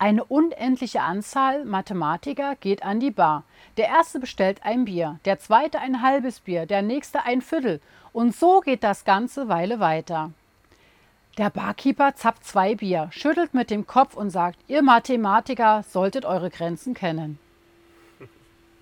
Eine unendliche Anzahl Mathematiker geht an die Bar. Der erste bestellt ein Bier, der zweite ein halbes Bier, der nächste ein Viertel. Und so geht das ganze Weile weiter. Der Barkeeper zapft 2 Bier, schüttelt mit dem Kopf und sagt: Ihr Mathematiker solltet eure Grenzen kennen.